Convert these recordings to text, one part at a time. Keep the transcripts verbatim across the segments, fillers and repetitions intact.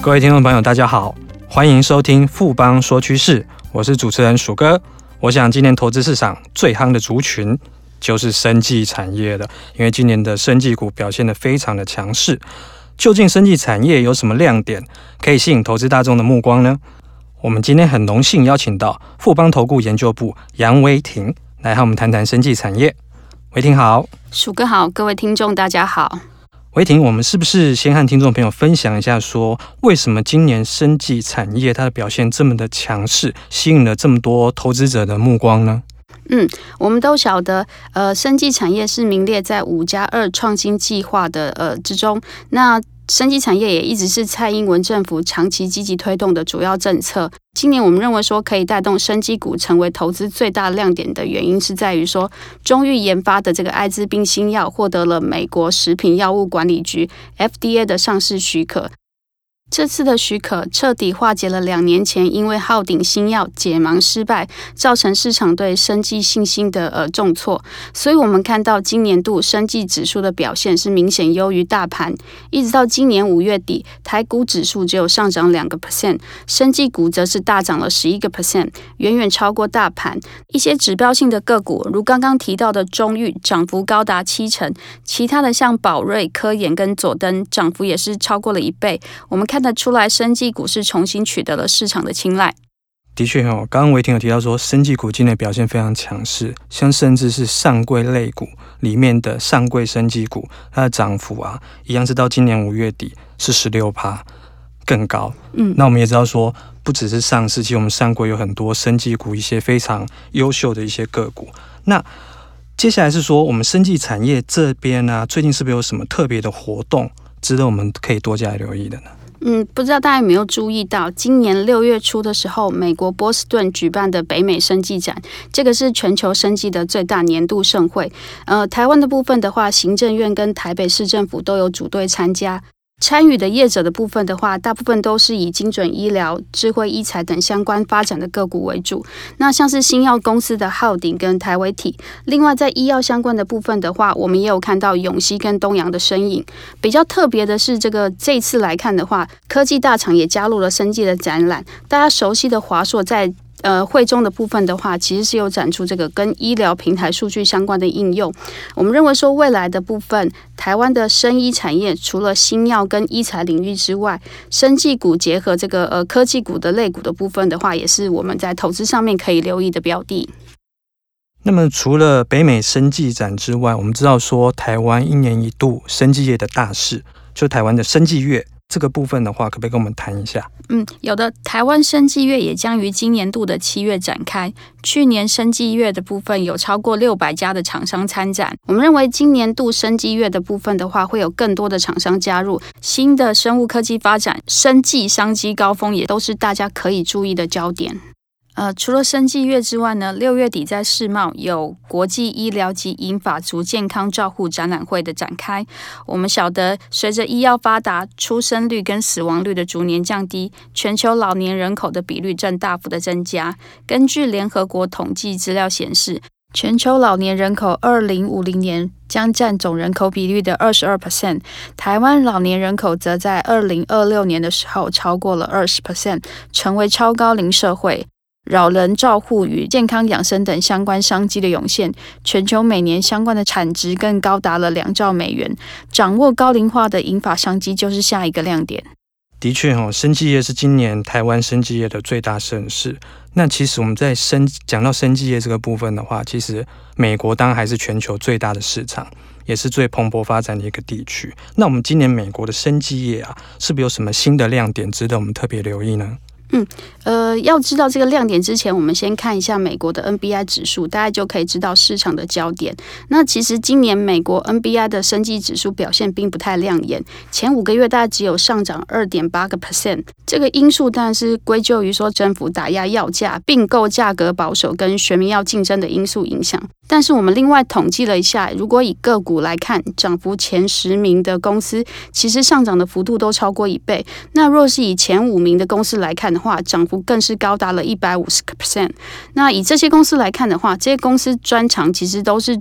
各位听众朋友大家好，欢迎收听富邦说趋势，我是主持人鼠哥。我想今年投资市场最夯的族群就是生技产业了，因为今年的生技股表现得非常的强势。究竟生技产业有什么亮点可以吸引投资大众的目光呢？我们今天很荣幸邀请到富邦投顾研究部杨维婷来和我们谈谈生技产业。维婷好。 鼠哥好，各位听众大家好。 维婷，我们是不是先和听众朋友分享一下说，为什么今年生技产业它的表现这么的强势，吸引了这么多投资者的目光呢？ 嗯，我们都晓得，呃，生技产业是名列在五加二创新计划的呃之中。那生技产业也一直是蔡英文政府长期积极推动的主要政策。今年我们认为说可以带动生技股成为投资最大亮点的原因，是在于说中裕研发的这个艾滋病新药获得了美国食品药物管理局 F D A 的上市许可。这次的许可彻底化解了两年前因为浩鼎新药解盲失败，造成市场对生技信心的呃重挫。所以我们看到今年度生技指数的表现是明显优于大盘，一直到今年五月底，台股指数只有上涨两个 percent， 生技股则是大涨了十一个 percent， 远远超过大盘。一些指标性的个股，如刚刚提到的中裕，涨幅高达七成，其他的像宝瑞、科研跟佐登，涨幅也是超过了一倍。我们看看得出来，生技股是重新取得了市场的青睐。 的确哦，刚刚维婷有提到说，生技股今年表现非常强势，像甚至是上柜类股里面的上柜生技股，它的涨幅啊，一样是到今年五月底是 百分之十六 更高。嗯，那我们也知道说，不只是上市，其实我们上柜有很多生技股，一些非常优秀的一些个股。那接下来是说，我们生技产业这边呢、啊，最近是不是有什么特别的活动，值得我们可以多加留意的呢？ 嗯，不知道大家有没有注意到，今年六月初的时候，美国波士顿举办的北美生技展，这个是全球生技的最大年度盛会。呃，台湾的部分的话，行政院跟台北市政府都有组队参加。参与的业者的部分的话，大部分都是以精准医疗、智慧医材等相关发展的个股为主。那像是新药公司的浩鼎跟台维体，另外在医药相关的部分的话，我们也有看到永熙跟东洋的身影。比较特别的是，这个这一次来看的话，科技大厂也加入了生技的展览。大家熟悉的华硕在呃，会中的部分的话，其实是有展出这个跟医疗平台数据相关的应用。我们认为说，未来的部分，台湾的生医产业除了新药跟医材领域之外，生技股结合这个呃科技股的类股的部分的话，也是我们在投资上面可以留意的标的。 那么除了北美生技展之外，我们知道说，台湾一年一度生技业的大事，就台湾的生技月。这个部分的话，可不可以跟我们谈一下？ 嗯，有的。台湾生技月也将于今年度的七月展开。去年生技月的部分有超过六百家的厂商参展。我们认为今年度生技月的部分的话，会有更多的厂商加入，新的生物科技发展、生技商机高峰，也都是大家可以注意的焦点。呃，除了生技月之外呢，六月底在世贸有国际医疗及银发族健康照护展览会的展开。我们晓得，随着医药发达，出生率跟死亡率的逐年降低，全球老年人口的比率正大幅的增加。根据联合国统计资料显示，全球老年人口二零五零年将占总人口比率的 百分之二十二， 台湾老年人口则在二零二六年的时候超过了 百分之二十， 成为超高龄社会。老人照护与健康养生等相关商机的涌现，全球每年相关的产值更高达了两兆美元。掌握高龄化的银发商机就是下一个亮点。 的确哦，生技业是今年台湾生技业的最大盛事。那其实我们在生讲到生技业这个部分的话，其实美国当然还是全球最大的市场，也是最蓬勃发展的一个地区。那我们今年美国的生技业啊，是不是有什么新的亮点值得我们特别留意呢？ 嗯，呃，要知道这个亮点之前，我们先看一下美国的 N B I 指数，大概就可以知道市场的焦点。那其实今年美国 N B I 的生技指数表现并不太亮眼，前五个月大概只有上涨 百分之二点八。这个因素当然是归咎于说政府打压药价、并购价格保守跟学名药竞争的因素影响。但是我们另外统计了一下，如果以个股来看，涨幅前十名的公司，其实上涨的幅度都超过一倍。那若是以前五名的公司来看的话，涨幅更是高达了 百分之一百五十。那以这些公司来看的话，这些公司专长其实都是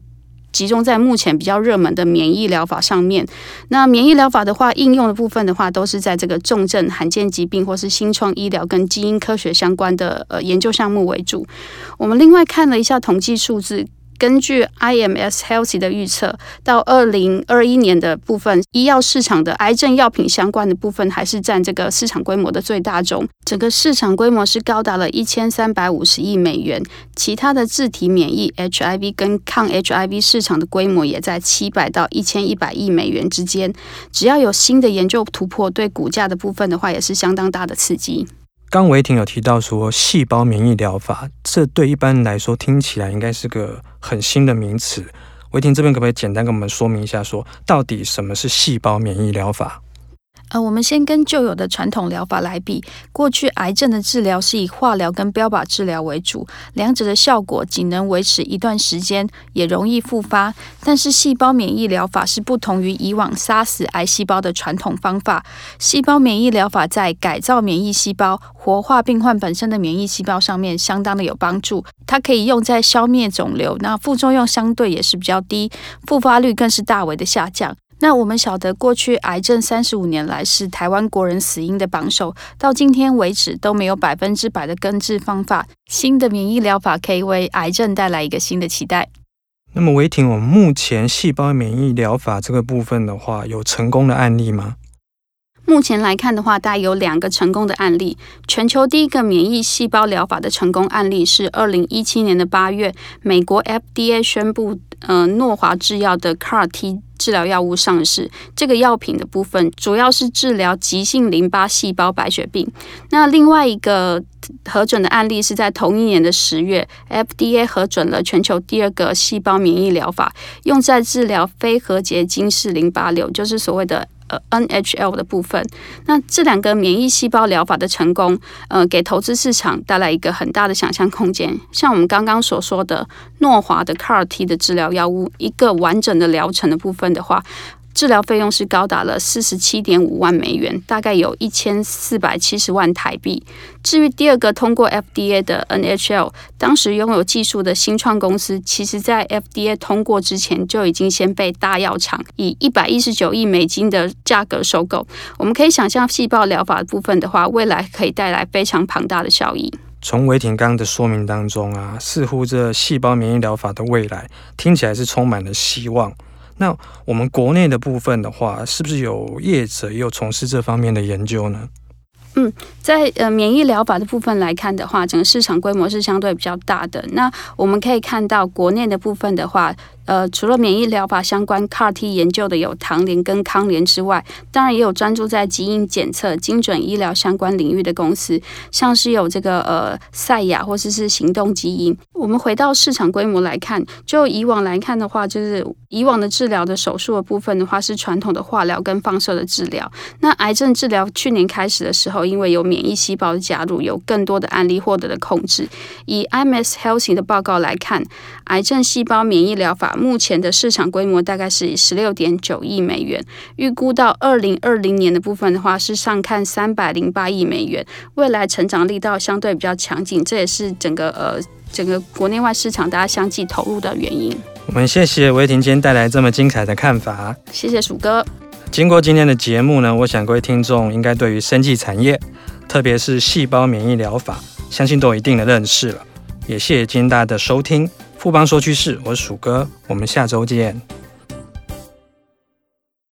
集中在目前比较热门的免疫疗法上面。那免疫疗法的话，应用的部分的话，都是在这个重症、罕见疾病或是新创医疗跟基因科学相关的呃研究项目为主。我们另外看了一下统计数字。根据 I M S Healthy 的预测，到二零二一年的部分，医药市场的癌症药品相关的部分还是占这个市场规模的最大宗，整个市场规模是高达了一千三百五十亿美元。其他的自体免疫 H I V 跟抗 H I V 市场的规模也在七百到一千一百亿美元之间。只要有新的研究突破，对股价的部分的话，也是相当大的刺激。 刚维婷有提到说细胞免疫疗法，这对一般人来说听起来应该是个很新的名词。维婷这边可不可以简单跟我们说明一下说，到底什么是细胞免疫疗法？ 呃，我们先跟旧有的传统疗法来比，过去癌症的治疗是以化疗跟标靶治疗为主，两者的效果仅能维持一段时间，也容易复发。但是细胞免疫疗法是不同于以往杀死癌细胞的传统方法，细胞免疫疗法在改造免疫细胞、活化病患本身的免疫细胞上面相当的有帮助。它可以用在消灭肿瘤，那副作用相对也是比较低，复发率更是大为的下降。那我们晓得，过去癌症三十五年来是台湾国人死因的榜首，到今天为止都没有百分之百的根治方法。新的免疫疗法可以为癌症带来一个新的期待。 那么维婷，我们目前细胞免疫疗法这个部分的话，有成功的案例吗？ 目前来看的话，大概有两个成功的案例。全球第一个免疫细胞疗法的成功案例是二零一七年的八月，美国 F D A 宣布，呃，诺华制药的 C A R T 治疗药物上市。这个药品的部分主要是治疗急性淋巴细胞白血病。那另外一个核准的案例是在同一年的十月 ，F D A 核准了全球第二个细胞免疫疗法，用在治疗非核结晶式淋巴瘤，就是所谓的呃 N H L 的部分。那这两个免疫细胞疗法的成功，呃，给投资市场带来一个很大的想象空间。像我们刚刚所说的诺华的 C A R T 的治疗药物，一个完整的疗程的部分的话，治疗费用是高达了四十七点五万美元，大概有一千四百七十万台币。至于第二个通过 F D A 的 N H L， 当时拥有技术的新创公司，其实在 F D A 通过之前就已经先被大药厂以一百一十九亿美金的价格收购。我们可以想象，细胞疗法的部分的话，未来可以带来非常庞大的效益。 从维婷刚刚的说明当中啊，似乎这细胞免疫疗法的未来听起来是充满了希望。那我们国内的部分的话，是不是有业者也有从事这方面的研究呢？ 嗯，在呃免疫疗法的部分来看的话，整个市场规模是相对比较大的。那我们可以看到国内的部分的话，呃，除了免疫疗法相关 C A R T 研究的有唐联跟康联之外，当然也有专注在基因检测、精准医疗相关领域的公司，像是有这个呃赛亚或者是行动基因。我们回到市场规模来看，就以往来看的话，就是以往的治疗的手术的部分的话，是传统的化疗跟放射的治疗。那癌症治疗去年开始的时候，因为有免疫细胞的加入，有更多的案例获得了控制。以 I M S Healthy 的报告来看，癌症细胞免疫疗法目前的市场规模大概是十六点九亿美元，预估到二零二零年的部分的话是上看三百零八亿美元，未来成长力道相对比较强劲，这也是整个呃整个国内外市场大家相继投入的原因。 我们谢谢维婷今天带来这么精彩的看法， 谢谢鼠哥。 经过今天的节目呢，我想各位听众应该对于生技产业，特别是细胞免疫疗法，相信都有一定的认识了。也谢谢今天大家的收听。富邦说趋势，我是鼠哥，我们下周见。